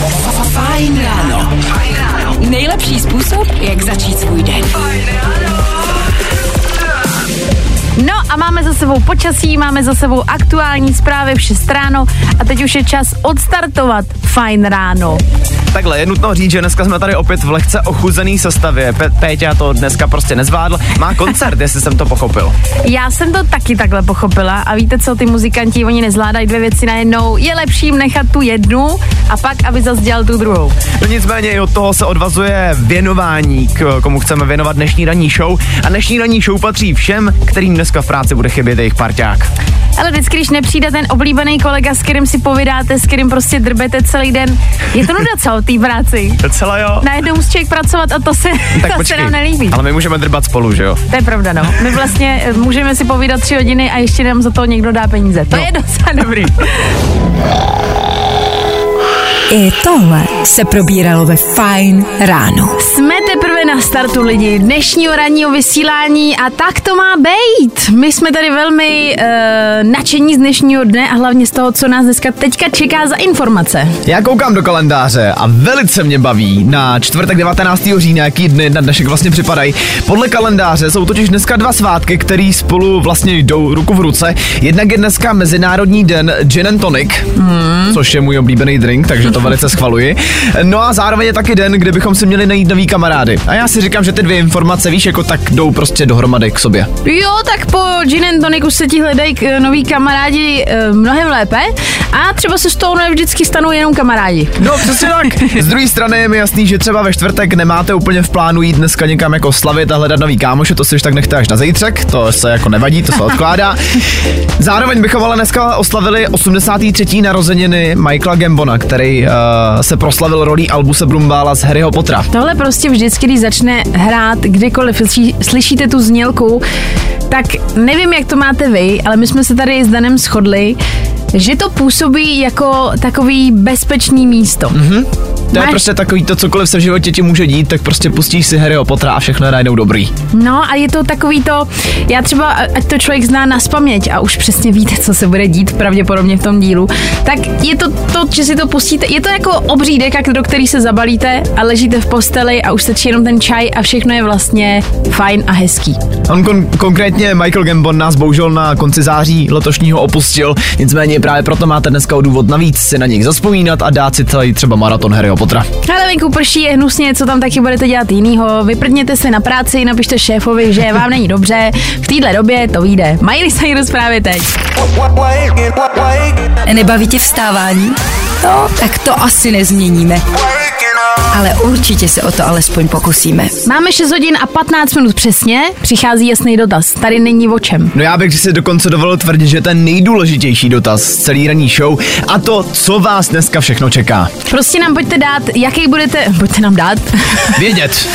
Fajn ráno. Nejlepší způsob, jak začít svůj den. No a máme za sebou počasí, máme za sebou aktuální zprávy v 6 ráno a teď už je čas odstartovat Fajn ráno. Takhle, je nutno říct, že dneska jsme tady opět v lehce ochuzený sestavě. Péťa to dneska prostě nezvládl. Má koncert, jestli jsem to pochopil. Já jsem to taky takhle pochopila a víte co, ty muzikanti, oni nezvládají 2 věci najednou. Je lepší nechat tu jednu a pak, aby zas dělal tu druhou. No nicméně i od toho se odvazuje věnování, komu chceme věnovat dnešní ranní show. A dnešní ranní show patří všem, kterým dneska v práci bude chybět jejich parťák. Ale vždycky, když nepřijde ten oblíbený kolega, s kterým si povídáte, s kterým prostě drbete celý den, je to nuda co v té práci. Docela jo. Najednou musí člověk pracovat a to se nám nelíbí. Ale my můžeme drbat spolu, že jo? To je pravda, no. My vlastně můžeme si povídat 3 hodiny a ještě nám za to někdo dá peníze. To je docela dobrý. I tohle se probíralo ve Fajn ráno. Jsme teprve na startu lidi dnešního ranního vysílání a tak to má být. My jsme tady velmi nadšení z dnešního dne a hlavně z toho, co nás dneska teďka čeká za informace. Já koukám do kalendáře a velice mě baví na čtvrtek 19. října, jaký dny na dnešek vlastně připadají. Podle kalendáře jsou totiž dneska 2 svátky, který spolu vlastně jdou ruku v ruce. Jednak je dneska Mezinárodní den Gin and Tonic, což je můj oblíbený drink, takže to velice schvaluji. No a zároveň je taky den, kde bychom si měli najít nový kamarády. A já si říkám, že ty 2 informace, víš, jako tak jdou prostě dohromady k sobě. Jo, tak po Gin and Tonic už se ti hledají noví kamarádi mnohem lépe a třeba se z toho nevždycky stanou jenom kamarádi. No, přesně tak. Z druhé strany je mi jasný, že třeba ve čtvrtek nemáte úplně v plánu jít dneska někam jako slavit a hledat nový kámoše, to si už tak nechte až na zítřek, to se jako nevadí, to se odkládá. Zároveň bychom ale dneska oslavili 83. narozeniny Michaela Gambona, který se proslavil rolí Albuse Brumbála z Harryho Pottera. Tohle prostě vždycky, když začne hrát, kdykoliv slyšíte tu znělku, tak nevím, jak to máte vy, ale my jsme se tady s Danem shodli, že to působí jako takový bezpečný místo. To je prostě takový to, cokoliv se v životě ti může dít, tak prostě pustíš si Harryho Pottera a všechno je najednou dobrý. No a je to takový to, já třeba, ať to člověk zná nazpaměť a už přesně víte, co se bude dít pravděpodobně v tom dílu, tak je to, že si to pustíte, je to jako obřídek, do který se zabalíte a ležíte v posteli a už stačí jenom ten čaj a všechno je vlastně fajn a hezký. On konkrétně Michael Gambon nás bohužel na konci září letošního opustil, nicméně právě proto máte dneska důvod navíc si na nich zavzpomínat a dát si celý třeba maraton Harryho Pottera. Ale venku prší, je hnusně, co tam taky budete dělat jinýho, vyprdněte se na práci, napište šéfovi, že vám není dobře, v téhle době to vyjde. Miley Cyrus právě teď. Nebaví tě vstávání? No, tak to asi nezměníme. Ale určitě se o to alespoň pokusíme. Máme 6 hodin a 15 minut přesně, přichází jasný dotaz, tady není o čem. No já bych si dokonce dovolil tvrdit, že ten nejdůležitější dotaz z celý ranní show a to, co vás dneska všechno čeká. Prostě nám pojďte nám dát vědět.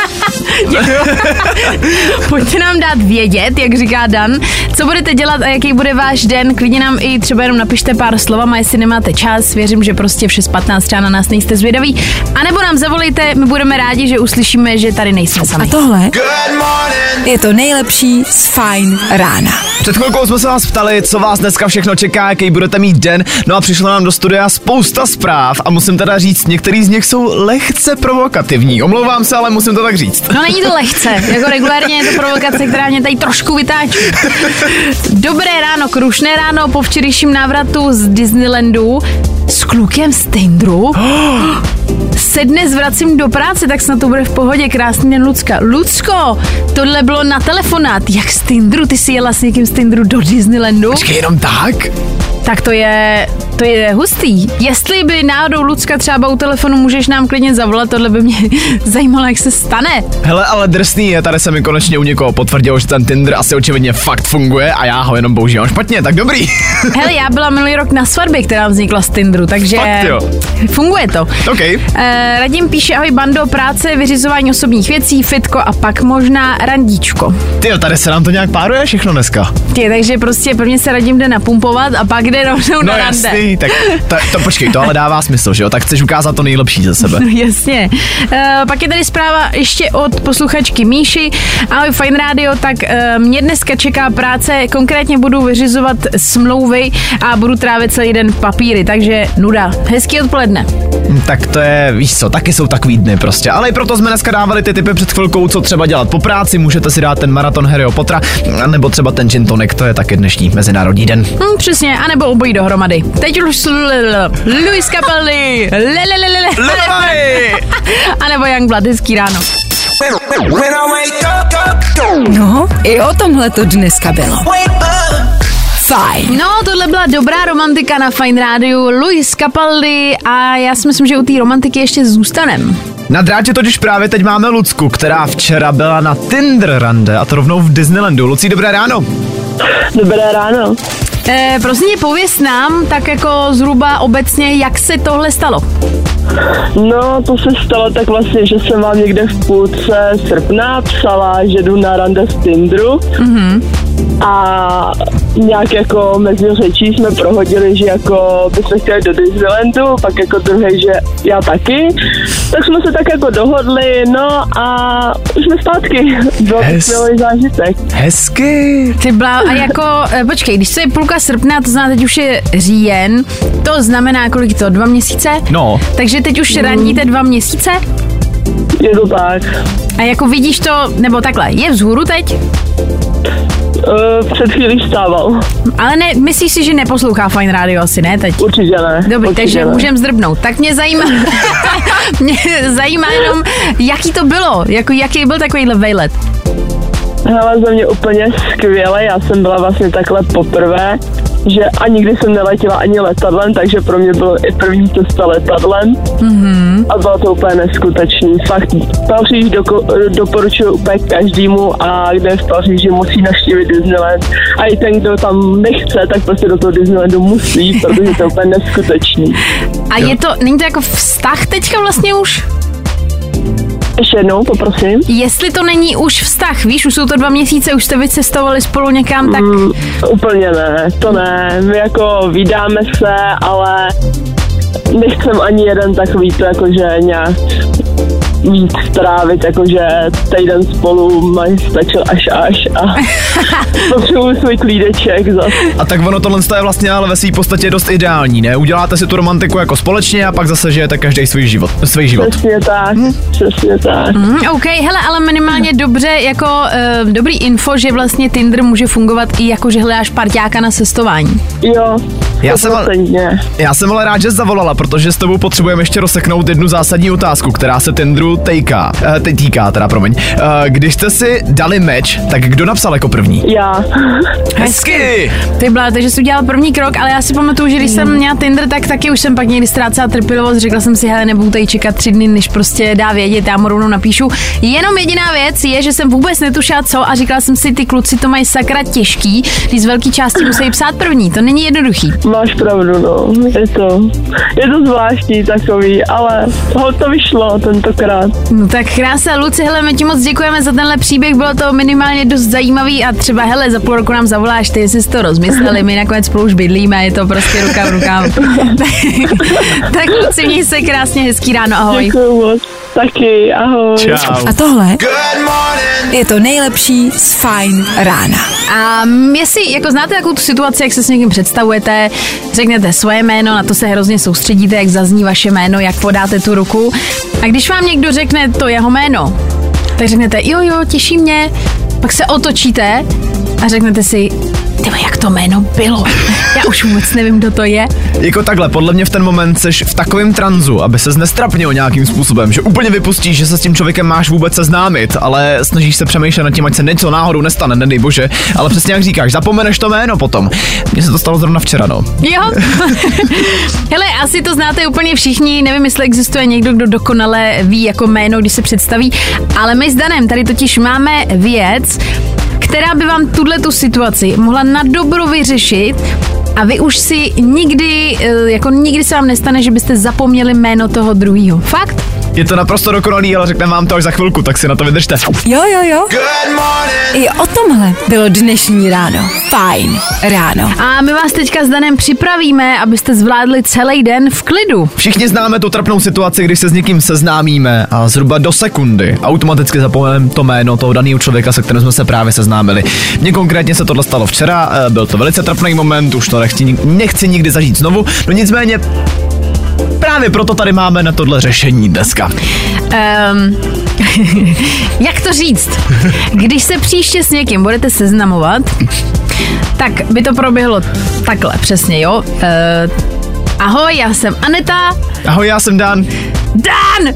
Pojďte nám dát vědět, jak říká Dan, co budete dělat a jaký bude váš den, klidně nám i třeba jenom napište pár slovama, jestli nemáte čas, věřím, že prostě v 6:15 třeba na nás nejste zvědaví, anebo nám zavolejte, my budeme rádi, že uslyšíme, že tady nejsme sami. A tohle je to nejlepší z Fajn rána. Před chvilkou jsme se vás ptali, co vás dneska všechno čeká, jaký budete mít den, no a přišlo nám do studia spousta zpráv a musím teda říct, některý z nich jsou lehce provokativní. Omlouvám se, ale musím to tak říct. No není to lehce, jako regulárně je to provokace, která mě tady trošku vytáčí. Dobré ráno, krušné ráno po včerejším návratu z Disneylandu s klukem z Tindru. Se dnes vracím do práce, tak snad to bude v pohodě. Krásný den, Lucka. Lucko, tohle bylo na telefonát. Jak z Tindru? Ty jsi jela s někým z Tindru do Disneylandu? Počkej, jenom tak? Tak to je hustý. Jestli by náhodou Lucka třeba u telefonu, můžeš nám klidně zavolat, tohle by mě zajímalo, jak se stane. Hele, ale drsný je, tady se mi konečně u někoho potvrdilo, že ten Tinder asi očividně fakt funguje a já ho jenom používám špatně, tak dobrý. Hele, já byla minulý rok na svatbě, která vznikla z Tinderu, takže fakt jo. Funguje to. Okay. Radim píše, ahoj bando, práce, vyřizování osobních věcí, fitko a pak možná randíčko. Tyjo, tady se nám to nějak páruje všechno dneska. Takže prostě prvně se Radim jde napumpovat a pak jde rovnou na rande. Tak to počkej, to ale dává smysl, že jo? Tak chceš ukázat to nejlepší ze sebe. Jasně. Pak je tady zpráva ještě od posluchačky Míši. Ahoj Fajn rádio, tak mě dneska čeká práce, konkrétně budu vyřizovat smlouvy a budu trávit celý den papíry, takže nuda. Hezký odpoledne. Tak to je, víš co, taky jsou takový dny prostě, ale i proto jsme dneska dávali ty tipy před chvilkou, co třeba dělat po práci, můžete si dát ten maraton Harryho Pottera, nebo třeba ten gin tonic, to je taky dnešní mezinárodní den. Přesně, anebo obojí dohromady. Teď už Luis Capaldi, anebo Youngblood, hezký ráno. No, i o tomhle to dneska bylo. Fajn. No, tohle byla dobrá romantika na Fajn rádiu, Luis Capaldi a já si myslím, že u té romantiky ještě zůstanem. Na drátě totiž právě teď máme Lucku, která včera byla na Tinder rande a to rovnou v Disneylandu. Lucí, dobré ráno. Dobré ráno. Prosím tě, pověz nám tak jako zhruba obecně, jak se tohle stalo. No, to se stalo tak vlastně, že jsem vám někde v půlce srpna psala, že jdu na rande z Tinderu. Mm-hmm. A nějak jako mezi řečí jsme prohodili, že jako bychom chtěli do Disneylandu, pak jako druhý, že já taky. Tak jsme se tak jako dohodli, no a už jsme zpátky. Byl to skvělý zážitek. Hezky. Ty blá, a jako, počkej, když to je půlka srpna, to znamená, teď už je říjen, to znamená kolik to, 2 měsíce? No. Takže teď už randíte 2 měsíce? Je to tak. A jako vidíš to, nebo takhle, je vzhůru teď? Před chvílí vstával. Ale ne, myslíš si, že neposlouchá Fajn rádio asi, ne teď? Určitě ne. Dobrý, určitě takže ne. můžeme zdrbnout. Tak mě zajímá jenom, jaký to bylo, jako jaký byl takovýhle vejlet. Hele, za mě úplně skvěle, já jsem byla vlastně takhle poprvé, že a nikdy jsem neletěla ani letadlem, takže pro mě bylo i první cesta letadlem. Mm-hmm. A bylo to úplně neskutečný. Fakt, Paříž doporučuji úplně každému a kde je v Paříži musí navštívit Disneyland. A i ten, kdo tam nechce, tak prostě do toho Disneylandu musí, protože to je úplně neskutečný. A je to, není to jako vztah teďka vlastně už? Ještě jednou, poprosím. Jestli to není už vztah, víš, už jsou to 2 měsíce, už jste vycestovali spolu někam, tak... Úplně ne, to ne. My jako vydáme se, ale nechcem ani jeden takový to jakože nějak víc strávit, jakože týden spolu mají stačil až a potřebuji svůj klídeček zase. A tak ono tohle je vlastně ale ve své podstatě dost ideální, ne? Uděláte si tu romantiku jako společně a pak zase žijete každý svůj život. Přesně tak, přesně tak. OK, hele, ale minimálně dobře, jako dobrý info, že vlastně Tinder může fungovat i jako, že hledáš parťáka na cestování. Jo, já jsem ale rád, že zavolala, protože s tebou potřebujeme ještě rozseknout jednu zásadní otázku, která se Tinderu týká. Když jste si dali match, tak kdo napsal jako první? Já. Hezky! Ty byla, takže jsi udělal první krok, ale já si pamatuju, že když jsem měla Tinder, tak taky už jsem pak někdy ztrácela trpělivost, řekla jsem si, hele, nebudu tady čekat 3 dny, než prostě dá vědět, já mu rovnou napíšu. Jenom jediná věc je, že jsem vůbec netušila co a říkala jsem si, ty kluci to mají sakra těžký, když z velké části musí psát první, to není jednoduchý. Máš pravdu, no, je to zvláštní takový, ale to vyšlo tentokrát. No tak krása, Luci, hele, my ti moc děkujeme za tenhle příběh, bylo to minimálně dost zajímavý a třeba, hele, za půl roku nám zavoláš, ty jsi to rozmysleli, my nakonec spolu už bydlíme, je to prostě ruka v rukám. Tak Luci, měj se krásně, hezký ráno, ahoj. Děkuju moc, taky, ahoj. Čau. A tohle je to nejlepší z Fajn rána. A jestli jako znáte jakou tu situaci, jak se s někým představujete, řeknete svoje jméno, na to se hrozně soustředíte, jak zazní vaše jméno, jak podáte tu ruku. A když vám někdo řekne to jeho jméno, tak řeknete jo, těší mě, pak se otočíte a řeknete si, tyhle, jak to jméno bylo. Já už vůbec nevím, kdo to je. Jako takhle, podle mě v ten moment seš v takovém tranzu, aby ses nestrapnil nějakým způsobem, že úplně vypustíš, že se s tím člověkem máš vůbec seznámit, ale snažíš se přemýšlet nad tím, ať se něco náhodou nestane, nedej bože, ale přesně jak říkáš, zapomeneš to jméno potom. Mně se to stalo zrovna včera, no. Jo. Hele, asi to znáte úplně všichni, nevím, jestli existuje někdo, kdo dokonale ví jako jméno, když se představí, ale my s Danem tady totiž máme věc, která by vám tu situaci mohla na dobro vyřešit a vy už si nikdy se vám nestane, že byste zapomněli jméno toho druhýho. Fakt? Je to naprosto dokonalý, ale řekneme vám to až za chvilku, tak si na to vydržte. Jo. I o tomhle bylo dnešní ráno. Fajn ráno. A my vás teďka s Danem připravíme, abyste zvládli celý den v klidu. Všichni známe tu trapnou situaci, když se s někým seznámíme a zhruba do sekundy automaticky zapomeneme to jméno toho daného člověka, se kterým jsme se právě seznámili. Mně konkrétně se tohle stalo včera, byl to velice trapný moment, už to nechci nikdy zažít znovu, no nicméně právě proto tady máme na tohle řešení dneska. Jak to říct? Když se příště s někým budete seznamovat, tak by to proběhlo takhle, přesně, jo? Ahoj, já jsem Aneta. Ahoj, já jsem Dan. Dan!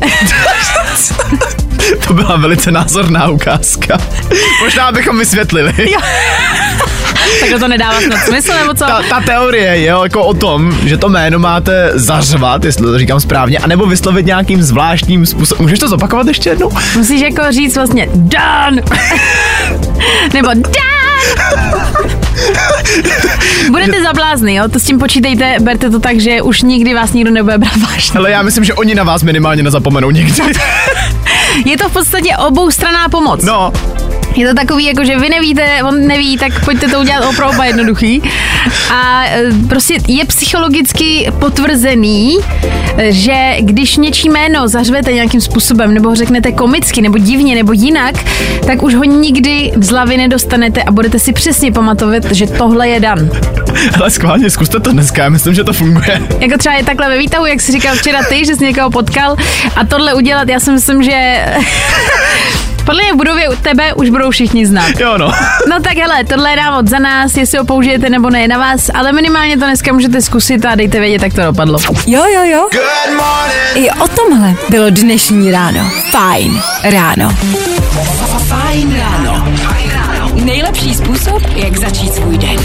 To byla velice názorná ukázka. Možná bychom vysvětlili. Tak to nedává snad smysl, nebo co? Ta teorie je jako o tom, že to jméno máte zařvat, jestli to říkám správně, anebo vyslovit nějakým zvláštním způsobem. Můžeš to zopakovat ještě jednou? Musíš jako říct vlastně Dan! Nebo Dan! Budete za blázny, jo? To s tím počítejte, berte to tak, že už nikdy vás nikdo nebude brát vážně. Ale já myslím, že oni na vás minimálně nezapomenou nikdy. Je to v podstatě oboustranná pomoc. No. Je to takový, jako že vy nevíte, on neví, tak pojďte to udělat opravdu jednoduchý. A prostě je psychologicky potvrzený, že když něčí jméno zařvete nějakým způsobem, nebo ho řeknete komicky, nebo divně, nebo jinak, tak už ho nikdy z hlavy nedostanete a budete si přesně pamatovat, že tohle je Dan. Ale schválně, zkuste to dneska, já myslím, že to funguje. Jako třeba je takhle ve výtahu, jak jsi říkal včera ty, že jsi někoho potkal a tohle udělat, já si myslím, že... Podle mě v budově u tebe už budou všichni znát. Jo no. No tak hele, tohle je návod za nás, jestli ho použijete nebo ne na vás, ale minimálně to dneska můžete zkusit a dejte vědět, jak to dopadlo. Jo. I o tomhle bylo dnešní ráno. Fajn ráno. Fajn ráno. Nejlepší způsob, jak začít svůj den.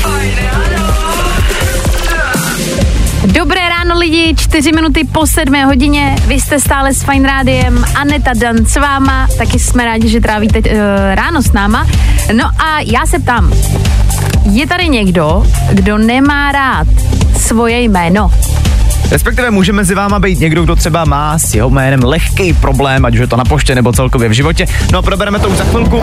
Dobré ráno lidi, 4 minuty po 7 hodině, vy jste stále s Fajn rádiem, Aneta, Dan s váma, taky jsme rádi, že trávíte ráno s náma. No a já se ptám, je tady někdo, kdo nemá rád svoje jméno? Respektive může mezi váma být někdo, kdo třeba má s jeho jménem lehký problém, ať už je to na poště nebo celkově v životě. No probereme to už za chvilku.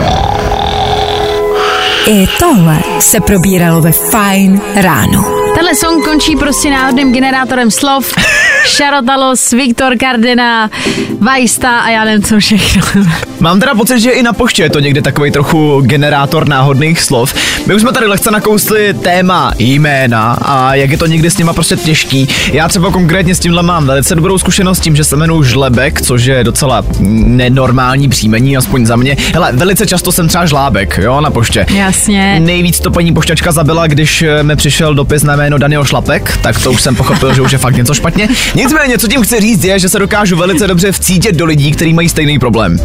I tohle se probíralo ve Fajn ráno. Tenhle song končí prostě náhodným generátorem slov. Šarotalos, Viktor Cardena, Vajsta a já nevím co všechno. Mám teda pocit, že i na poště je to někdy takový trochu generátor náhodných slov. My už jsme tady lehce nakousli téma jména a jak je to někdy s nima prostě těžký. Já třeba konkrétně s tímhle mám velice dobrou zkušenost tím, že se jmenuji Žlebek, což je docela nenormální příjmení, aspoň za mě. Hele, velice často jsem třeba Žlábek, jo, na poště. Jasně. Nejvíc to paní pošťačka zabila, když mi přišel dopis na jméno Daniel Šlapek, tak to už jsem pochopil, že už je fakt něco špatně. Nicméně, co tím chci říct, je, že se dokážu velice dobře vcítit do lidí, kteří mají stejný problém.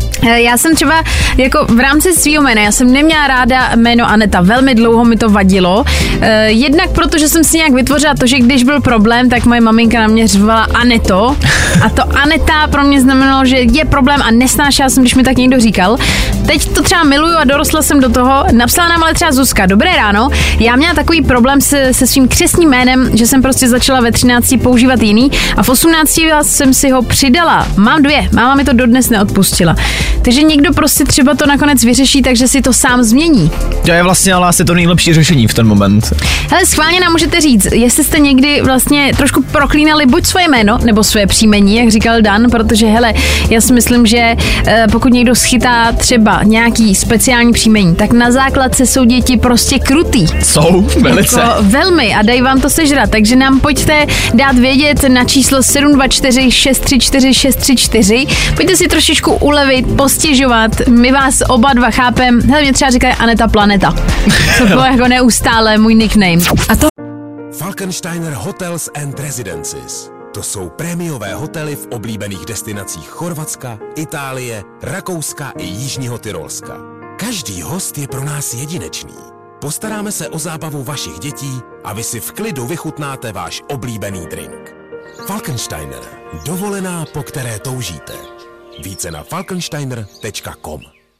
Já jsem třeba jako v rámci svýho jména, já jsem neměla ráda jméno Aneta, velmi dlouho mi to vadilo. Jednak protože jsem si nějak vytvořila to, že když byl problém, tak moje maminka na mě řvala Aneto a to Aneta pro mě znamenalo, že je problém a nesnášela jsem, když mi tak někdo říkal. Teď to třeba miluju a dorostla jsem do toho. Napsala nám ale třeba Zuzka, dobré ráno, já měla takový problém se svým křestním jménem, že jsem prostě začala ve 13 používat jiný a v 18 jsem si ho přidala. Mám 2, máma mi to dodnes neodpustila. Takže někdo prostě třeba to nakonec vyřeší, takže si to sám změní. To je vlastně ale asi to nejlepší řešení v ten moment. Hele, schválně nám můžete říct, jestli jste někdy vlastně trošku proklínali buď svoje jméno, nebo svoje příjmení, jak říkal Dan, protože hele, já si myslím, že pokud někdo schytá třeba nějaký speciální příjmení, tak na základce jsou děti prostě krutý. Jsou, velice. Jako velmi a dají vám to sežrat, takže nám pojďte dát vědět na číslo 724 634 634. Pojďte si trošičku ulevit, postěžovat, my vás oba dva chápem. Hele, mě třeba říkají Aneta Planeta. To bylo jako neustále můj nickname. A to Falkensteiner Hotels and Residences. To jsou prémiové hotely v oblíbených destinacích Chorvatska, Itálie, Rakouska i Jižního Tyrolska. Každý host je pro nás jedinečný. Postaráme se o zábavu vašich dětí a vy si v klidu vychutnáte váš oblíbený drink. Falkensteiner. Dovolená, po které toužíte. Více na falkensteiner.com.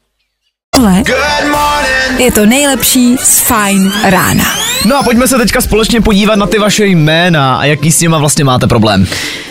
tohle je to nejlepší z Fajn rána. No a pojďme se teďka společně podívat na ty vaše jména a jaký s nima vlastně máte problém.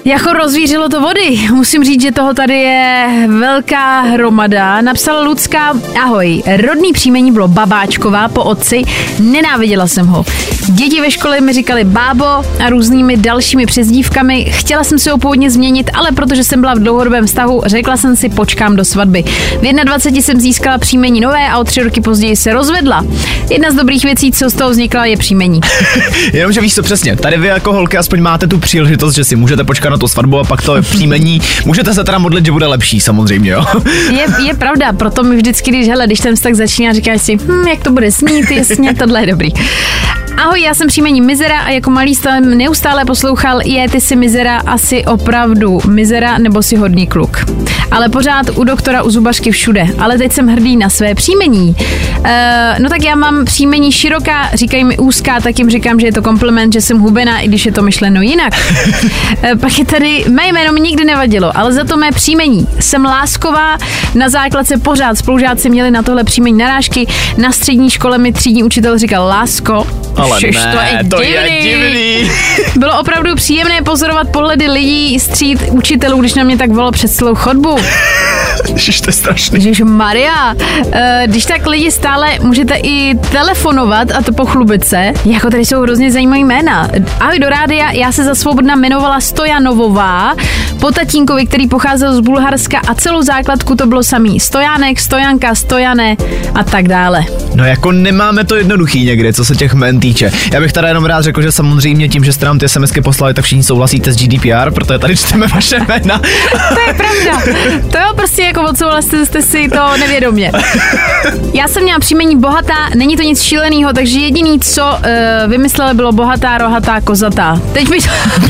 Jako rozvířilo to vody. Musím říct, že toho tady je velká hromada. Napsala Lucka, ahoj, rodný příjmení bylo Babáčková po otci, nenáviděla jsem ho. Děti ve škole mi říkali bábo a různými dalšími přezdívkami. Chtěla jsem si ho původně změnit, ale protože jsem byla v dlouhodobém vztahu, řekla jsem si, počkám do svatby. V 21 jsem získala příjmení nové a o 3 roky později se rozvedla. Jedna z dobrých věcí, co z toho vznikla, je příjmení. Jenomže víš co přesně, tady vy jako holky aspoň máte tu příležitost, že si můžete počkat na to svatbu a pak to je příjmení. Můžete se teda modlit, že bude lepší, samozřejmě, jo. Je pravda, proto mi vždycky, když ten vztah začíná, říkáš si, jak to bude snít, jasně, tohle je dobrý. Ahoj, já jsem příjmení Mizera a jako malý jsem neustále poslouchal, ty jsi Mizera, asi opravdu Mizera nebo si hodný kluk. Ale pořád u doktora, u zubařky všude. Ale teď jsem hrdý na své příjmení. No tak já mám příjmení Široká, říkají mi úzká, tak jim říkám, že je to kompliment, že jsem hubená, i když je to myšleno jinak. Pak je tady, mé jméno mi nikdy nevadilo, ale za to mé příjmení. Jsem Lásková, na základce pořád spolužáci měli na tohle příjmení narážky, na střední škole mi třídní učitel říkal Lásko. Ale ne, to je divný. Bylo opravdu příjemné pozorovat pohledy lidí z tříd učitelů, když na mě tak volal přes celou chodbu. Ježiš, to je strašný. Ježišmarja, když tak lidi stále můžete i telefonovat a to pochlubit se, jako tady jsou hrozně zajímavý jména. Ahoj do rádia, já se za svobodna jmenovala Stojanovová, po tatínkovi, který pocházel z Bulharska a celou základku to bylo samý. Stojánek, Stojanka, Stojane a tak dále. No jako nemáme to jednoduchý někdy, co se těch jmen týče. Já bych tady jenom rád řekl, že samozřejmě tím, že jste nám ty SMSky poslali, tak všichni souhlasíte s GDPR, protože tady čteme vaše jména. To je pravda. To jo, prostě jako odsouhlasili jste si to nevědomě. Já jsem měla příjmení Bohatá, není to nic šílenýho, takže jediný, co vymysleli, bylo Bohatá, Rohatá, Kozatá. Teď mi to...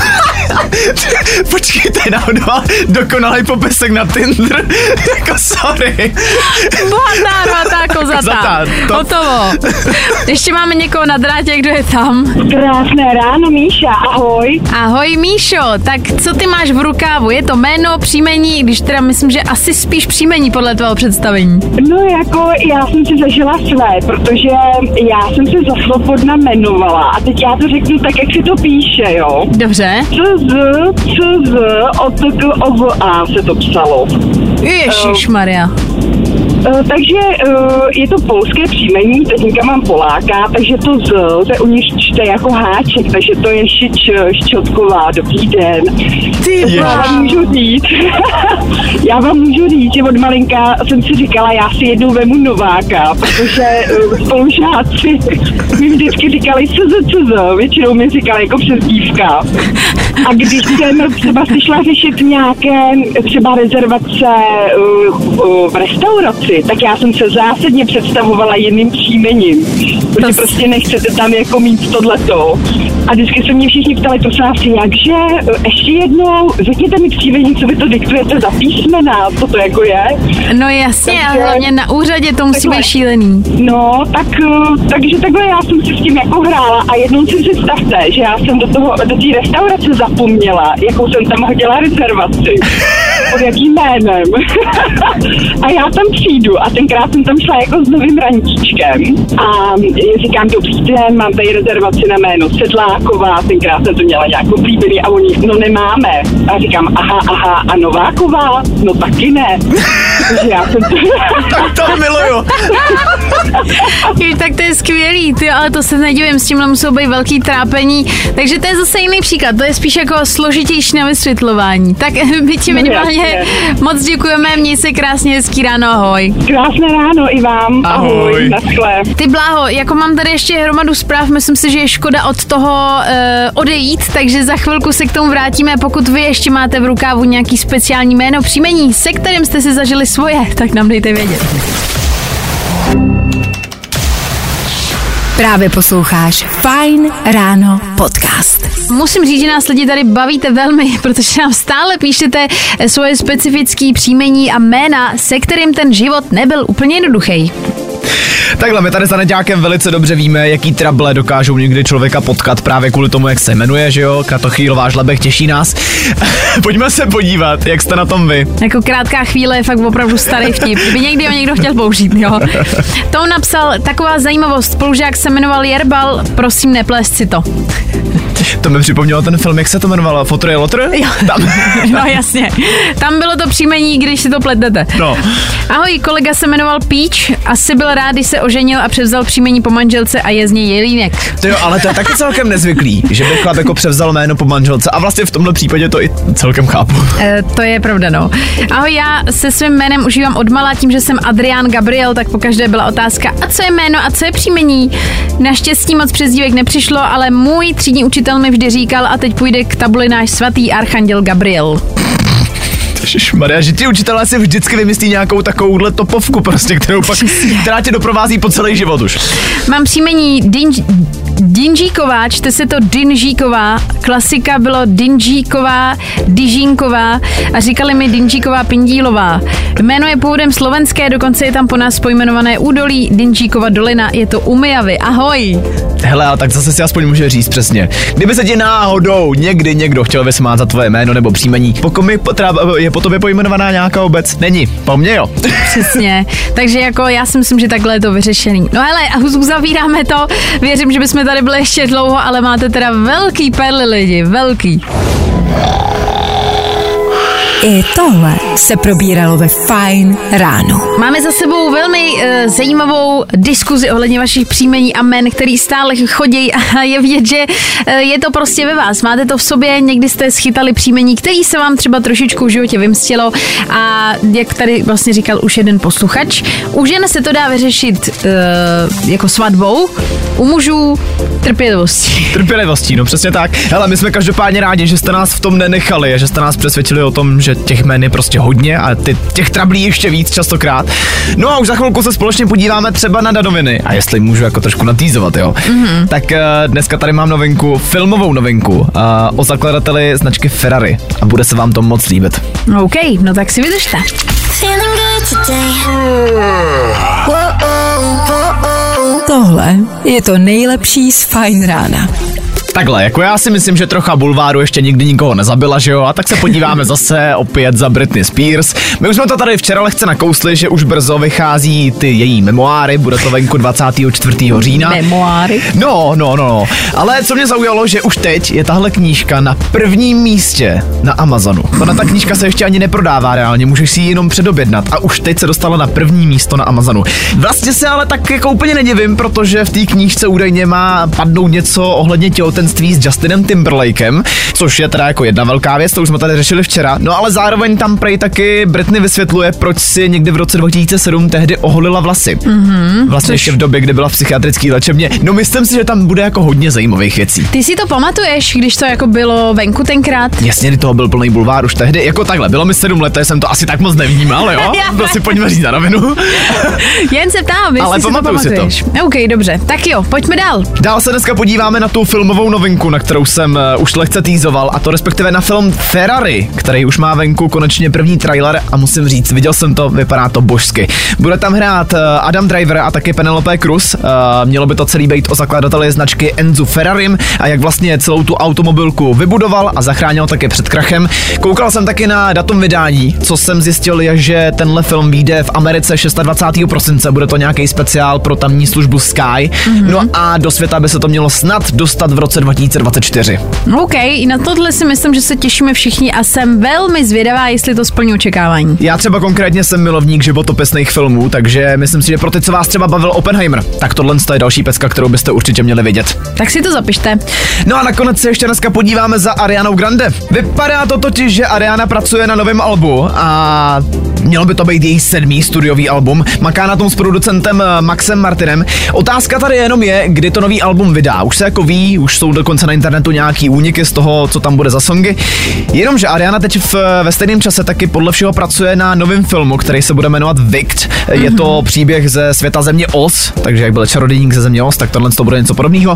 Počkejte, náhodou dokonalý popisek na Tinder. Jako sorry. Bohatá, Rohatá, Kozatá. Hotovo. Ještě máme někoho na drátě, kdo je tam. Krásné ráno, Míša, ahoj. Ahoj, Míšo, tak co ty máš v rukávu? Je to jméno, příjmení, když teda myslím, že asi spíš příjmení podle tvého představení. No jako já jsem si zažila své, protože já jsem se za svobodna jmenovala a teď já to řeknu tak, jak si to píše, jo. Dobře. CZ, OTKOVA se to psalo. Ježišmarja. Takže je to polské příjmení, teďka mám Poláka, takže to se u nich čte jako háček, takže to je Ščotková, dobrý den. Já vám můžu říct, že od malinka jsem si říkala, já si jednou vemu Nováka, protože spolužáci mi vždycky říkali CZ, většinou mi říkali jako přezdívka. A když jsem třeba si šla řešit nějaké třeba rezervace v restauraci, tak já jsem se zásadně představovala jedným příjmením, protože prostě nechcete tam jako mít tohleto. A vždycky se mě všichni ptali, prosím vás, jakže, ještě jednou, řekněte mi příjmení, co vy to diktujete za písmena, co to jako je. No jasně, takže, a hlavně na úřadě to musí být šílený. No, takže takhle já jsem si s tím jako hrála a jednou si představte, že já jsem do té restaurace zapomněla, jakou jsem tam hodila rezervaci, pod jakým jménem. A já tam přijdu a tenkrát jsem tam šla jako s novým rantíčkem a říkám, dobrý den, mám tady rezervaci na jméno Sedláková, tenkrát jsem to měla nějak oblíbený a oni, no nemáme. A říkám, aha, a Nováková? No taky ne. Takže já jsem to miluju. Tak to je skvělý, ty, ale to se nedivím, s tímhle musou být velký trápení, takže to je zase jiný příklad, to je spíš jako složitější na vysvětlování. Tak my ti minimálně moc děkujeme, měj se krásně, hezký ráno, ahoj. Krásné ráno i vám, ahoj, naschle. Ty Bláho, jako mám tady ještě hromadu zpráv, myslím si, že je škoda od toho odejít, takže za chvilku se k tomu vrátíme, pokud vy ještě máte v rukávu nějaký speciální jméno, příjmení, se kterým jste si zažili svoje, tak nám dejte vědět. Právě posloucháš Fajn ráno podcast. Musím říct, že nás lidi tady bavíte velmi, protože nám stále píšete svoje specifické příjmení a jména, se kterým ten život nebyl úplně jednoduchý. Takhle, my tady s Aneťákem velice dobře víme, jaký trable dokážou někdy člověka potkat právě kvůli tomu, jak se jmenuje, že jo? Kratochvílová žlebek, těší nás. Pojďme se podívat, jak jste na tom vy. Jako krátká chvíle je fakt opravdu starý vtip. Kdyby někdy ho někdo chtěl použít, jo. Tom napsal, taková zajímavost, spolužák se jmenoval Jerbal, prosím neplést si to. To mi připomnělo ten film, jak se to jmenovalo? Fotr je lotr? Jo. Tam. No jasně. Tam bylo to příjmení, když si to pletete. No. Ahoj, kolega se jmenoval Peach, asi byl rád, když se oženil a převzal příjmení po manželce a je z něj Jelínek. To jo, ale to je taky celkem nezvyklý, že by chlap jako převzal jméno po manželce a vlastně v tomhle případě to i celkem chápu. To je pravda, no. Ahoj, já se svým jménem užívám odmala, tím, že jsem Adrián Gabriel, tak pokaždé byla otázka, a co je jméno a co je příjmení? Naštěstí moc přezdívek nepřišlo, ale můj třídní učitel mi vždy říkal, a teď půjde k tabuli náš svatý archanděl Gabriel. Ježišmarja, že ti učitelé si vždycky vymyslí nějakou takovouhle topovku prostě, která tě doprovází po celý život už. Mám příjmení Dinžíková, čte se to Dinžíková, klasika bylo Dinžíková, Dižínková a říkali mi Dinžíková Pindílová. Jméno je původem slovenské, dokonce je tam po nás pojmenované údolí Dinžíkova dolina, je to u Myjavy. Ahoj! Hele, ale tak zase si aspoň může říct přesně. Kdyby se ti náhodou někdy někdo chtěl vysmát za tvoje jméno nebo příjmení, pokud je po tobě pojmenovaná nějaká obec, není. Po mně jo. Přesně. Takže jako já si myslím, že takhle je to vyřešený. No hele, uzavíráme to. Věřím, že bychom tady byli ještě dlouho, ale máte teda velký perly lidi, velký. I tohle se probíralo ve Fajn ráno. Máme za sebou velmi zajímavou diskuzi ohledně vašich příjmení a jmen, který stále chodí a je vidět, že je to prostě ve vás. Máte to v sobě, někdy jste schytali příjmení, který se vám třeba trošičku v životě vymstilo a jak tady vlastně říkal už jeden posluchač, u žen se to dá vyřešit jako svatbou, u mužů trpělivostí. Trpělivostí, no přesně tak. Hele, my jsme každopádně rádi, že jste nás v tom nenechali a že jste nás přesvědčili o tom, že těch jmen je prostě hodně a těch trablí ještě víc častokrát. No a už za chvilku se společně podíváme třeba na danoviny. A jestli můžu jako trošku natýzovat, jo. Mm-hmm. Tak dneska tady mám novinku, filmovou novinku o zakladateli značky Ferrari. A bude se vám to moc líbit. OK, no tak si vydržte. Tohle je to nejlepší z Fajn rána. Takhle, jako já si myslím, že trocha bulváru ještě nikdy nikoho nezabila, že jo? A tak se podíváme zase opět za Britney Spears. My už jsme to tady včera lehce nakousli, že už brzo vychází ty její memoáry, bude to venku 24. října. Memoáry? No. Ale co mě zaujalo, že už teď je tahle knížka na prvním místě na Amazonu. Ta knížka se ještě ani neprodává reálně, můžeš si ji jenom předobjednat a už teď se dostala na první místo na Amazonu. Vlastně se ale tak jako úplně nedivím, protože v té knížce údajně má padnout něco ohledně těhotenství s Justinem Timberlakem, což je teda jako jedna velká věc, to už jsme tady řešili včera. No ale zároveň tam prej taky Britney vysvětluje, proč si někdy v roce 2007 tehdy oholila vlasy. Mm-hmm, vlastně ještě v době, kdy byla v psychiatrické léčebně. No myslím si, že tam bude jako hodně zajímavých věcí. Ty si to pamatuješ, když to jako bylo venku tenkrát? Jasně, toho byl plný bulvár už tehdy. Jako takhle, bylo mi 7 let, jsem to asi tak moc nevnímal, jo? To si pojďme říct na rovinu. Jen se ptám, jestli si to pamatuješ. Si to. OK, dobře. Tak jo, pojďme dál. Dál se dneska podíváme na tu filmovou novinku, na kterou jsem už lehce týzoval, a to respektive na film Ferrari, který už má venku konečně první trailer a musím říct, viděl jsem to, vypadá to božsky. Bude tam hrát Adam Driver a taky Penelope Cruz. Mělo by to celý být o zakladateli značky Enzu Ferrarim a jak vlastně celou tu automobilku vybudoval a zachránil taky před krachem. Koukal jsem taky na datum vydání, co jsem zjistil je, že tenhle film vyjde v Americe 26. prosince, bude to nějaký speciál pro tamní službu Sky. Mm-hmm. No a do světa by se to mělo snad dostat v roce 2024. OK, i na tohle si myslím, že se těšíme všichni a jsem velmi zvědavá, jestli to splní očekávání. Já třeba konkrétně jsem milovník životopisných filmů, takže myslím si, že pro ty, co vás třeba bavil Oppenheimer, tak tohle je další pecka, kterou byste určitě měli vidět. Tak si to zapište. No a nakonec se ještě dneska podíváme za Arianou Grande. Vypadá to totiž, že Ariana pracuje na novém albu a mělo by to být její 7. studiový album. Maká na tom s producentem Maxem Martinem. Otázka tady jenom je, kdy to nový album vydá. Už se jako ví, už jsou dokonce na internetu nějaký úniky z toho, co tam bude za songy. Jenomže Ariana teď ve stejném čase taky podle všeho pracuje na novém filmu, který se bude jmenovat Wicked. Je to příběh ze světa země Oz, takže jak byl čarodějník ze země Oz, tak tohle to bude něco podobného.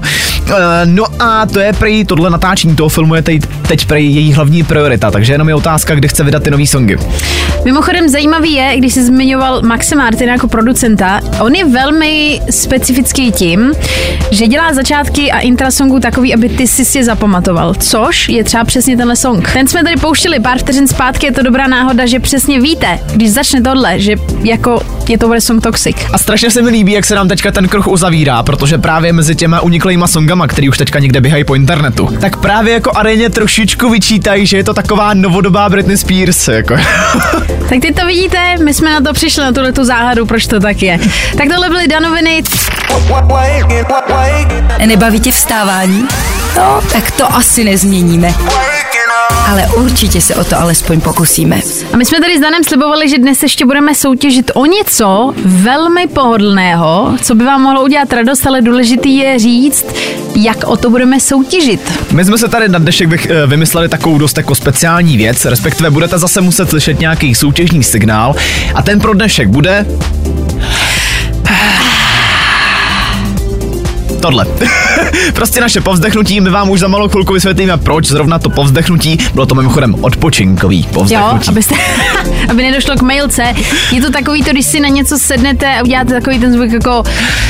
No a to je prej tohle natáčení toho filmu je teď prej její hlavní priorita, takže jenom je otázka, kdy chce vydat ty nový songy. Mimochodem zajímavý je, když jsi zmiňoval Maxe Martina jako producenta, on je velmi specifický tím, že dělá začátky a intra songu takový, aby ty si je zapamatoval, což je třeba přesně tenhle song. Ten jsme tady pouštili pár vteřin zpátky, je to dobrá náhoda, že přesně víte, když začne tohle, že jako je to bude song Toxic. A strašně se mi líbí, jak se nám teďka ten kruh uzavírá, protože právě mezi těma uniklejma songama, který už teďka někde běhají po internetu, tak právě jako Areně trošičku vyčítají, že je to taková novodobá Britney Spears, jako. Tak teď to vidíte, my jsme na to přišli, na tuhletu záhadu, proč to tak je. Tak tohle byly danoviny. Nebaví tě vstávání? No, tak to asi nezměníme. Ale určitě se o to alespoň pokusíme. A my jsme tady s Danem slibovali, že dnes ještě budeme soutěžit o něco velmi pohodlného, co by vám mohlo udělat radost, ale důležitý je říct, jak o to budeme soutěžit. My jsme se tady na dnešek vymysleli takovou dost jako speciální věc, respektive budete zase muset slyšet nějaký soutěžní signál a ten pro dnešek bude... tohle. Prostě naše povzdechnutí, my vám už za malou chvilku vysvětlíme, proč zrovna to povzdechnutí, bylo to mimochodem odpočinkový povzdechnutí. Jo, aby nedošlo k mailce. Je to takový to, když si na něco sednete a uděláte takový ten zvuk jako...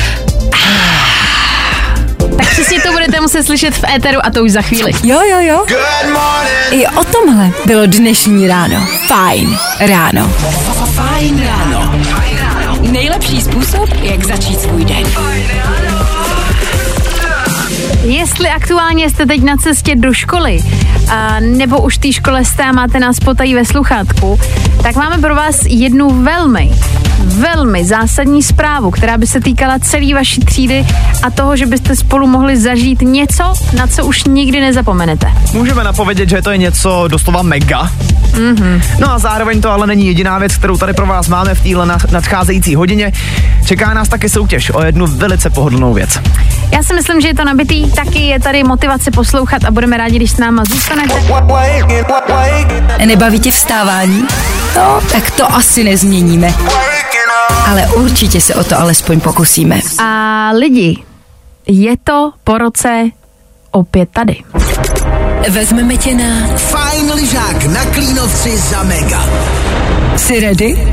Tak přesně to budete muset slyšet v éteru a to už za chvíli. Jo. I o tomhle bylo dnešní ráno. Fajn ráno. Fajn ráno. Nejlepší způsob, jak začít svůj den. Jestli aktuálně jste teď na cestě do školy, nebo už v té škole jste a máte nás potají ve sluchátku, tak máme pro vás jednu velmi zásadní zprávu, která by se týkala celé vaší třídy a toho, že byste spolu mohli zažít něco, na co už nikdy nezapomenete. Můžeme napovědět, že to je něco doslova mega. No a zároveň to ale není jediná věc, kterou tady pro vás máme v téhle nadcházející hodině. Čeká nás taky soutěž o jednu velice pohodlnou věc. Já si myslím, že je to nabitý, taky je tady motivace poslouchat a budeme rádi, když s náma zůstanete. Nebaví tě vstávání? No, tak to asi nezměníme. Ale určitě se o to alespoň pokusíme. A lidi, je to po roce opět tady. Vezmeme tě na... Fajn lyžák na Klínovci za mega. Jsi ready?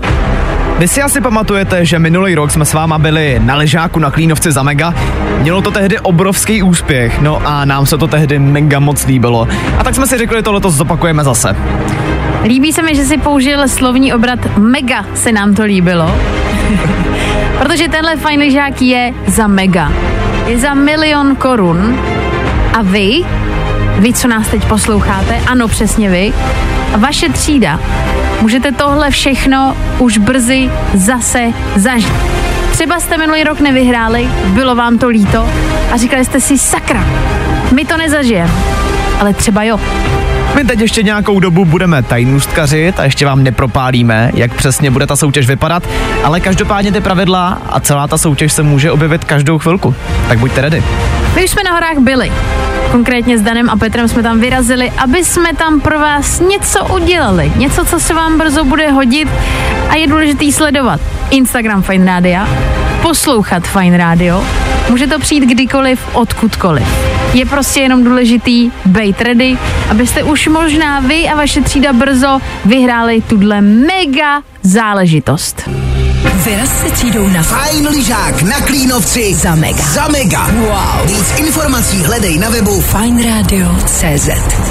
Vy si asi pamatujete, že minulý rok jsme s váma byli na lyžáku na Klínovci za mega. Mělo to tehdy obrovský úspěch, no a nám se to tehdy mega moc líbilo. A tak jsme si řekli, tohleto zopakujeme zase. Líbí se mi, že si použil slovní obrat mega, se nám to líbilo. Protože tenhle fajn lyžák je za mega. Je za 1 000 000 korun. A vy, co nás teď posloucháte, ano, přesně vy, a vaše třída, můžete tohle všechno už brzy zase zažít. Třeba jste minulý rok nevyhráli, bylo vám to líto a říkali jste si, sakra, my to nezažijeme, ale třeba jo. My teď ještě nějakou dobu budeme tajnůstkařit a ještě vám nepropálíme, jak přesně bude ta soutěž vypadat, ale každopádně ty pravidla a celá ta soutěž se může objevit každou chvilku. Tak buďte ready. My už jsme na horách byli. Konkrétně s Danem a Petrem jsme tam vyrazili, aby jsme tam pro vás něco udělali. Něco, co se vám brzo bude hodit a je důležitý sledovat Instagram Fajn Rádia, poslouchat Fajn Radio, může to přijít kdykoliv, odkudkoliv. Je prostě jenom důležitý být ready, abyste už možná vy a vaše třída brzo vyhráli tuhle mega záležitost. Vyraz se třídou na Fajn lyžák na Klínovci za mega. Za mega. Wow. Víc informací hledej na webu fajnradio.cz.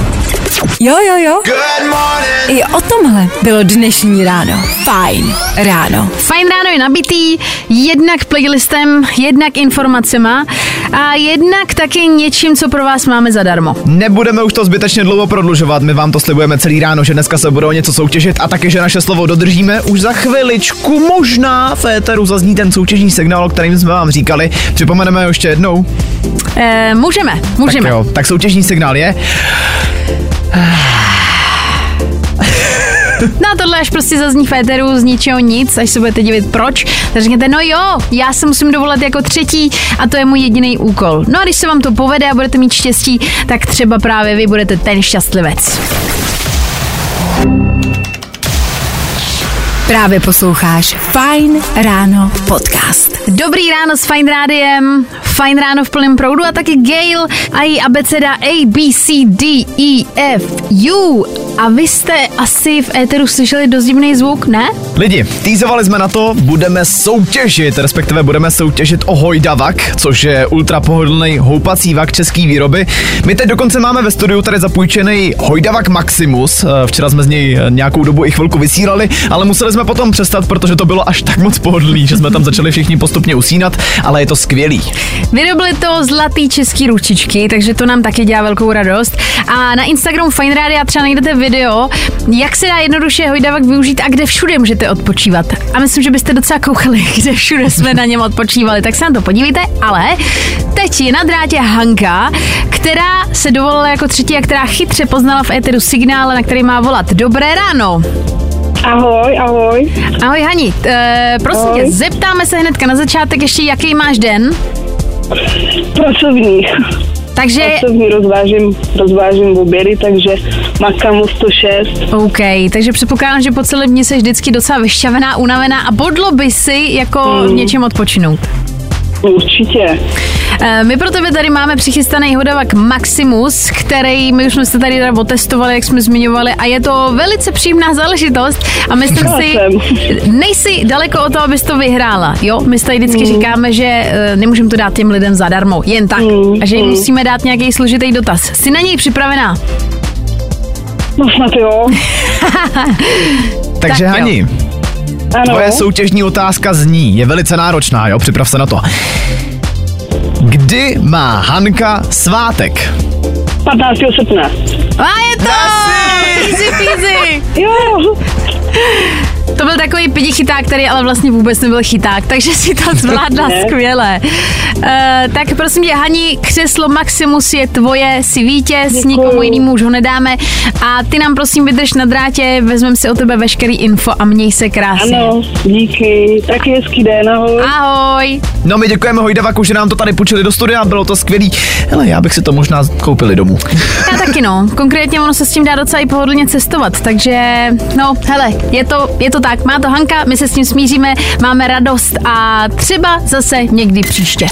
Jo. Good morning. I o tomhle bylo dnešní ráno. Fajn ráno. Fajn ráno je nabitý jednak playlistem, jednak informacema a jednak taky něčím, co pro vás máme zadarmo. Nebudeme už to zbytečně dlouho prodlužovat, my vám to slibujeme celý ráno, že dneska se budou něco soutěžit a taky, že naše slovo dodržíme. Už za chviličku možná v éteru zazní ten soutěžní signál, o kterým jsme vám říkali. Připomeneme ho ještě jednou. Můžeme. Tak jo, tak soutěžní signál je... No a tohle až prostě zazní v éteru z ničeho nic, až se budete divit proč, tak řekněte, no jo, já se musím dovolat jako třetí a to je můj jediný úkol. No a když se vám to povede a budete mít štěstí, tak třeba právě vy budete ten šťastlivec. Právě posloucháš Fajn ráno podcast. Dobrý ráno s Fajn rádiem, Fajn ráno v plném proudu a taky Gail a její abeceda A, B, C, D, E, F, U A vy jste asi v éteru slyšeli dost divný zvuk, ne? Lidi, týzovali jsme na to, budeme soutěžit, respektive budeme soutěžit o Hojdavak, což je ultra pohodlný houpací vak český výroby. My teď dokonce máme ve studiu tady zapůjčený Hojdavak Maximus. Včera jsme z něj nějakou dobu i chvilku vysílali, ale museli jsme potom přestat, protože to bylo až tak moc pohodlný, že jsme tam začali všichni postupně usínat, ale je to skvělý. Vyrobili to zlatý český ručičky, takže to nám taky dělá velkou radost. A na Instagramu Fajn Rádia třeba najdete video, jak se dá jednoduše Hojdavak využít a kde všude můžete odpočívat. A myslím, že byste docela koukali, kde všude jsme na něm odpočívali, tak se na to podívejte, ale teď je na drátě Hanka, která se dovolila jako třetí a která chytře poznala v éteru signál, na který má volat. Dobré ráno. Ahoj, ahoj. Ahoj Hani, prosím tě, zeptáme se hnedka na začátek ještě, jaký máš den? Pracovní. Takže... Pracovní rozvážím obědy, takže makám o 106. OK, takže předpokládám, že po celém dni jsi vždycky docela vyšťavená, unavená a bodlo by si jako něčem odpočinout. Určitě. My pro tebe tady máme přichystaný Hojdavak Maximus, který my už jsme se tady otestovali, jak jsme zmiňovali, a je to velice příjemná záležitost a myslím si, nejsi daleko od toho, abys to vyhrála, jo? My tady vždycky říkáme, že nemůžeme to dát těm lidem zadarmo, jen tak, a že jim musíme dát nějaký složitý dotaz. Jsi na něj připravená? No snad jo. Takže tak Hani, tvoje soutěžní otázka zní, je velice náročná, jo? Připrav se na to. Kdy má Hanka svátek? 15. srpna. A je to! Easy peasy! Jo. To byl takový pidi-chyták, který ale vlastně vůbec nebyl chyták, takže si to zvládla skvěle. Tak prosím tě, Hani, křeslo Maximus je tvoje, si vítěz, nikomu jinému už ho nedáme a ty nám prosím vydrž na drátě, vezmeme si o tebe veškerý info a měj se krásně. Ano, díky, taky hezký den, ahoj. Ahoj. No my děkujeme Hojdavaku, že nám to tady půjčili do studia, bylo to skvělý. Hele, já bych si to možná koupili domů. Já taky no, konkrétně ono se s tím dá docela i pohodlně cestovat, takže no, hele, je to tak, má to Hanka, my se s tím smíříme, máme radost a třeba zase někdy příště.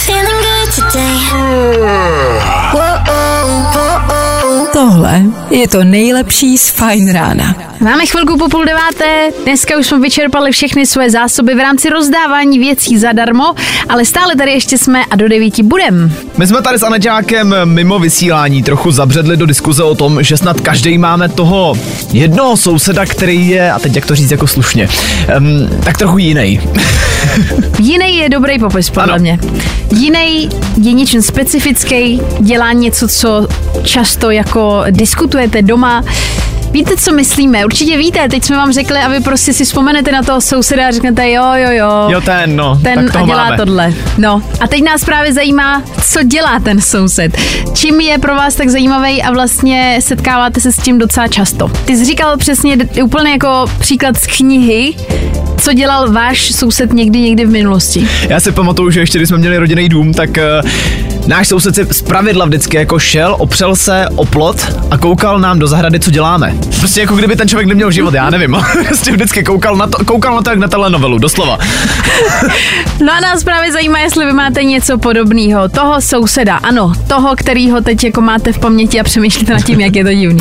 Tohle je to nejlepší z Fajn rána. Máme chvilku po 8:30, dneska už jsme vyčerpali všechny svoje zásoby v rámci rozdávání věcí zadarmo, ale stále tady ještě jsme a do 9 budem. My jsme tady s Aneťákem mimo vysílání trochu zabředli do diskuze o tom, že snad každý máme toho jednoho souseda, který je, a teď jak to říct jako slušně, tak trochu jiný. Jiný je dobrý popis, podle mě. Jiný je něčím specifický, dělá něco, co často jako diskutujete doma. Víte, co myslíme? Určitě víte, teď jsme vám řekli a vy prostě si vzpomenete na toho souseda a řeknete jo. Jo, ten a dělá máme. tohle. No a teď nás právě zajímá, co dělá ten soused. Čím je pro vás tak zajímavý a vlastně setkáváte se s tím docela často. Ty jsi říkal přesně úplně jako příklad z knihy, co dělal váš soused někdy v minulosti. Já si pamatuju, že ještě když jsme měli rodinný dům, tak náš soused si zpravidla vždycky jako šel, opřel se o plot a koukal nám do zahrady, co děláme. Prostě jako kdyby ten člověk neměl život, já nevím. Prostě vždycky koukal na to jak na telenovelu, doslova. No a nás právě zajímá, jestli vy máte něco podobného. Toho souseda, ano, toho, kterýho teď jako máte v paměti a přemýšlíte nad tím, jak je to divný.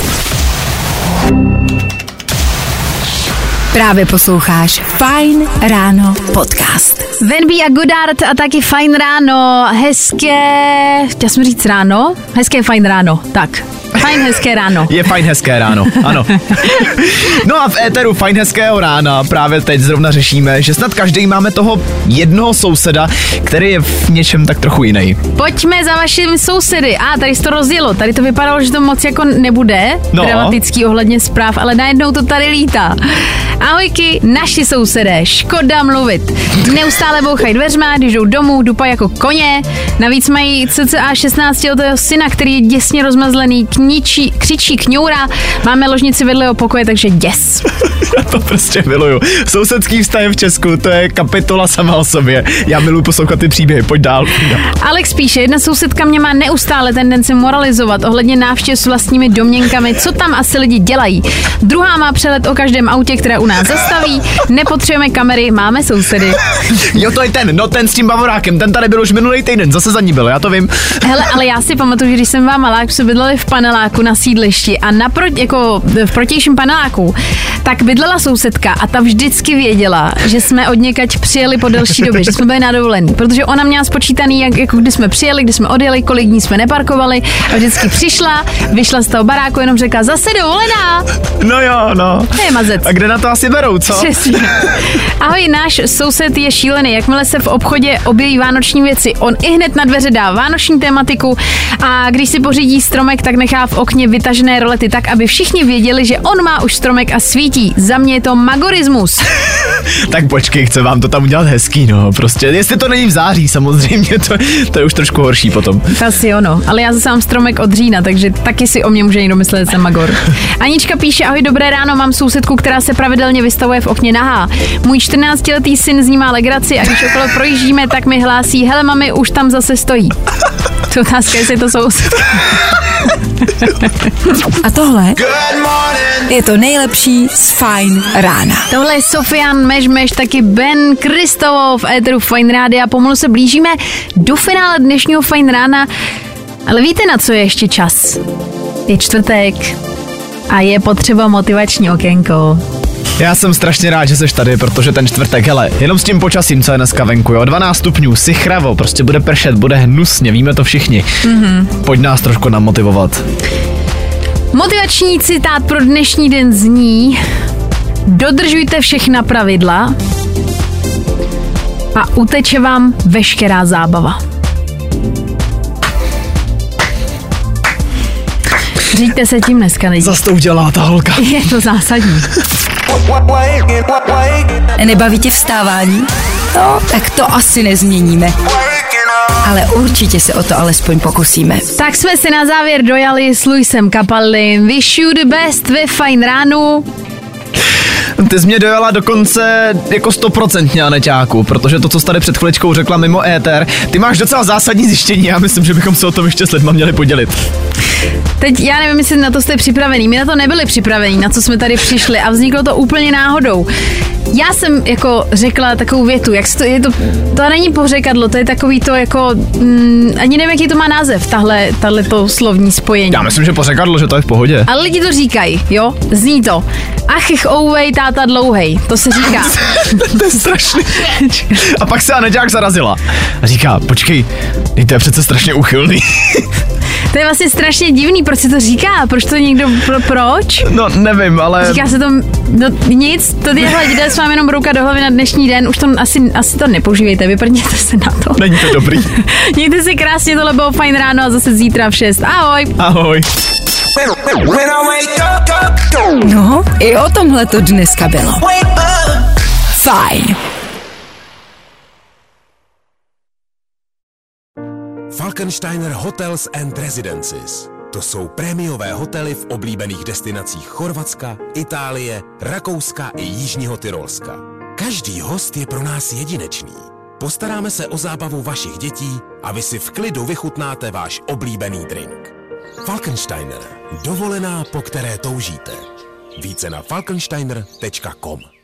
Právě posloucháš Fajn ráno podcast. Venby a Godard a taky Fajn ráno, chtěl jsem říct ráno, hezké Fajn ráno, tak. Fajn hezké ráno. Je fajn hezké ráno, ano. No a v éteru Fajn hezkého rána právě teď zrovna řešíme, že snad každý máme toho jednoho souseda, který je v něčem tak trochu jiný. Pojďme za vašimi sousedy. Tady se to rozjelo, tady to vypadalo, že to moc jako nebude dramatický ohledně zpráv, ale najednou to tady lítá. Ahojky, naši sousedé, škoda mluvit. Neustále bouchají dveřma, když jdou domů, dupa jako koně. Navíc mají cca 16letého syna, který je děsně rozmazlený, křičí, kňourá. Máme ložnici vedle jeho pokoje, takže děs. Já to prostě miluju. Sousedský vztah v Česku, to je kapitola sama o sobě. Já miluji poslouchat ty příběhy, pojď dál. Alex píše, jedna sousedka mě má neustále tendenci moralizovat ohledně návštěv s vlastními domněnkami, co tam asi lidi dělají. Druhá má přehled o každém autě, které u nás zastaví, nepotřebujeme kamery, máme sousedy. Jo, to je ten s tím bavorákem, ten tady byl už minulý týden, zase za ní byl, já to vím. Hele, ale já si pamatuju, že když jsem vám malá, jsme bydleli v paneláku na sídlišti a jako v protějším paneláku, tak bydlela sousedka a ta vždycky věděla, že jsme od někať přijeli po delší době, že jsme byli na dovolený, protože ona měla spočítaný, jako kdy jsme přijeli, kdy jsme odjeli, kolik dní jsme neparkovali a vždycky přišla, vyšla z toho baráku, jenom řekla, zase dovolená. No jo, no. To je mazec. A kde na to asi berou, co? Přesně. Ahoj, náš soused je šílený, jakmile se v obchodě objeví vánoční věci, on i hned na dveře dá vánoční tematiku a když si pořídí stromek, tak nechá v okně vytažené rolety tak, aby všichni věděli, že on má už stromek a svítí. Za mě je to magorismus. Tak počkej, chce vám to tam udělat hezký, no, prostě, jestli to není v září, samozřejmě, to je už trošku horší potom. Asi ono, ale já zase mám stromek od října, takže taky si o mě může někdo myslet, že jsem magor. Anička píše, ahoj, dobré ráno, mám sousedku, která se pravidelně vystavuje v okně nahá. Můj 14letý syn z ní má legraci a když okolo projíždíme, tak mi hlásí, hele mami, už tam zase stojí. To otázka, jestli to sousedka. A tohle je to nejlepší z Fajn rána. Tohle je Sofian Mežmeš, taky Ben Kristovo v éteru Fajn rádia. Pomalu se blížíme do finále dnešního Fajn rána, ale víte, na co je ještě čas? Je čtvrtek a je potřeba motivační okénko. Já jsem strašně rád, že jsi tady, protože ten čtvrtek, hele, jenom s tím počasím, co je dneska venku, jo, 12 stupňů, sichravo, prostě bude pršet, bude hnusně, víme to všichni. Pojď nás trošku namotivovat. Motivační citát pro dnešní den zní: dodržujte všechna pravidla a uteče vám veškerá zábava. Říďte se tím dneska, lidi. Zas to udělá ta holka. Je to zásadní. Nebaví tě vstávání? No, tak to asi nezměníme. Ale určitě se o to alespoň pokusíme. Tak jsme si na závěr dojali s Luisem Capaldym. Wish you the best ve Fajn ránu. Ty jsi mě dojela dokonce jako 100% Aneťáku, protože to, co jsi tady před chviličkou řekla mimo éter, ty máš docela zásadní zjištění, já myslím, že bychom se o tom ještě s lidma měli podělit. Teď já nevím, jestli na to jste připravení. My na to nebyli připravení, na co jsme tady přišli a vzniklo to úplně náhodou. Já jsem jako řekla takovou větu, jak to je to není pořekadlo, to je takový to jako, ani nevím, jaký to má název, tahle to slovní spojení. Já myslím, že pořekadlo, že to je v pohodě. Ale lidi to říkají, jo, zní to. Ach, ouvej, táta dlouhej, to se říká. To je strašný. A pak se Aneťák zarazila a říká, počkej, to je přece strašně úchylný. To je vlastně strašně divný, proč se to říká? Proč to někdo, proč? No, nevím, ale... Říká se to, no nic, to jde s vámi jenom ruka do hlavy na dnešní den, už to asi to nepoužívejte, vyprdněte se na to. Není to dobrý. Mějte si krásně, tohle bylo Fajn ráno a zase zítra v 6. Ahoj. Ahoj. No, i o tomhle to dneska bylo. Fajn. Falkensteiner Hotels and Residences. To jsou prémiové hotely v oblíbených destinacích Chorvatska, Itálie, Rakouska i Jižního Tyrolska. Každý host je pro nás jedinečný. Postaráme se o zábavu vašich dětí a vy si v klidu vychutnáte váš oblíbený drink. Falkensteiner. Dovolená, po které toužíte. Více na falkensteiner.com.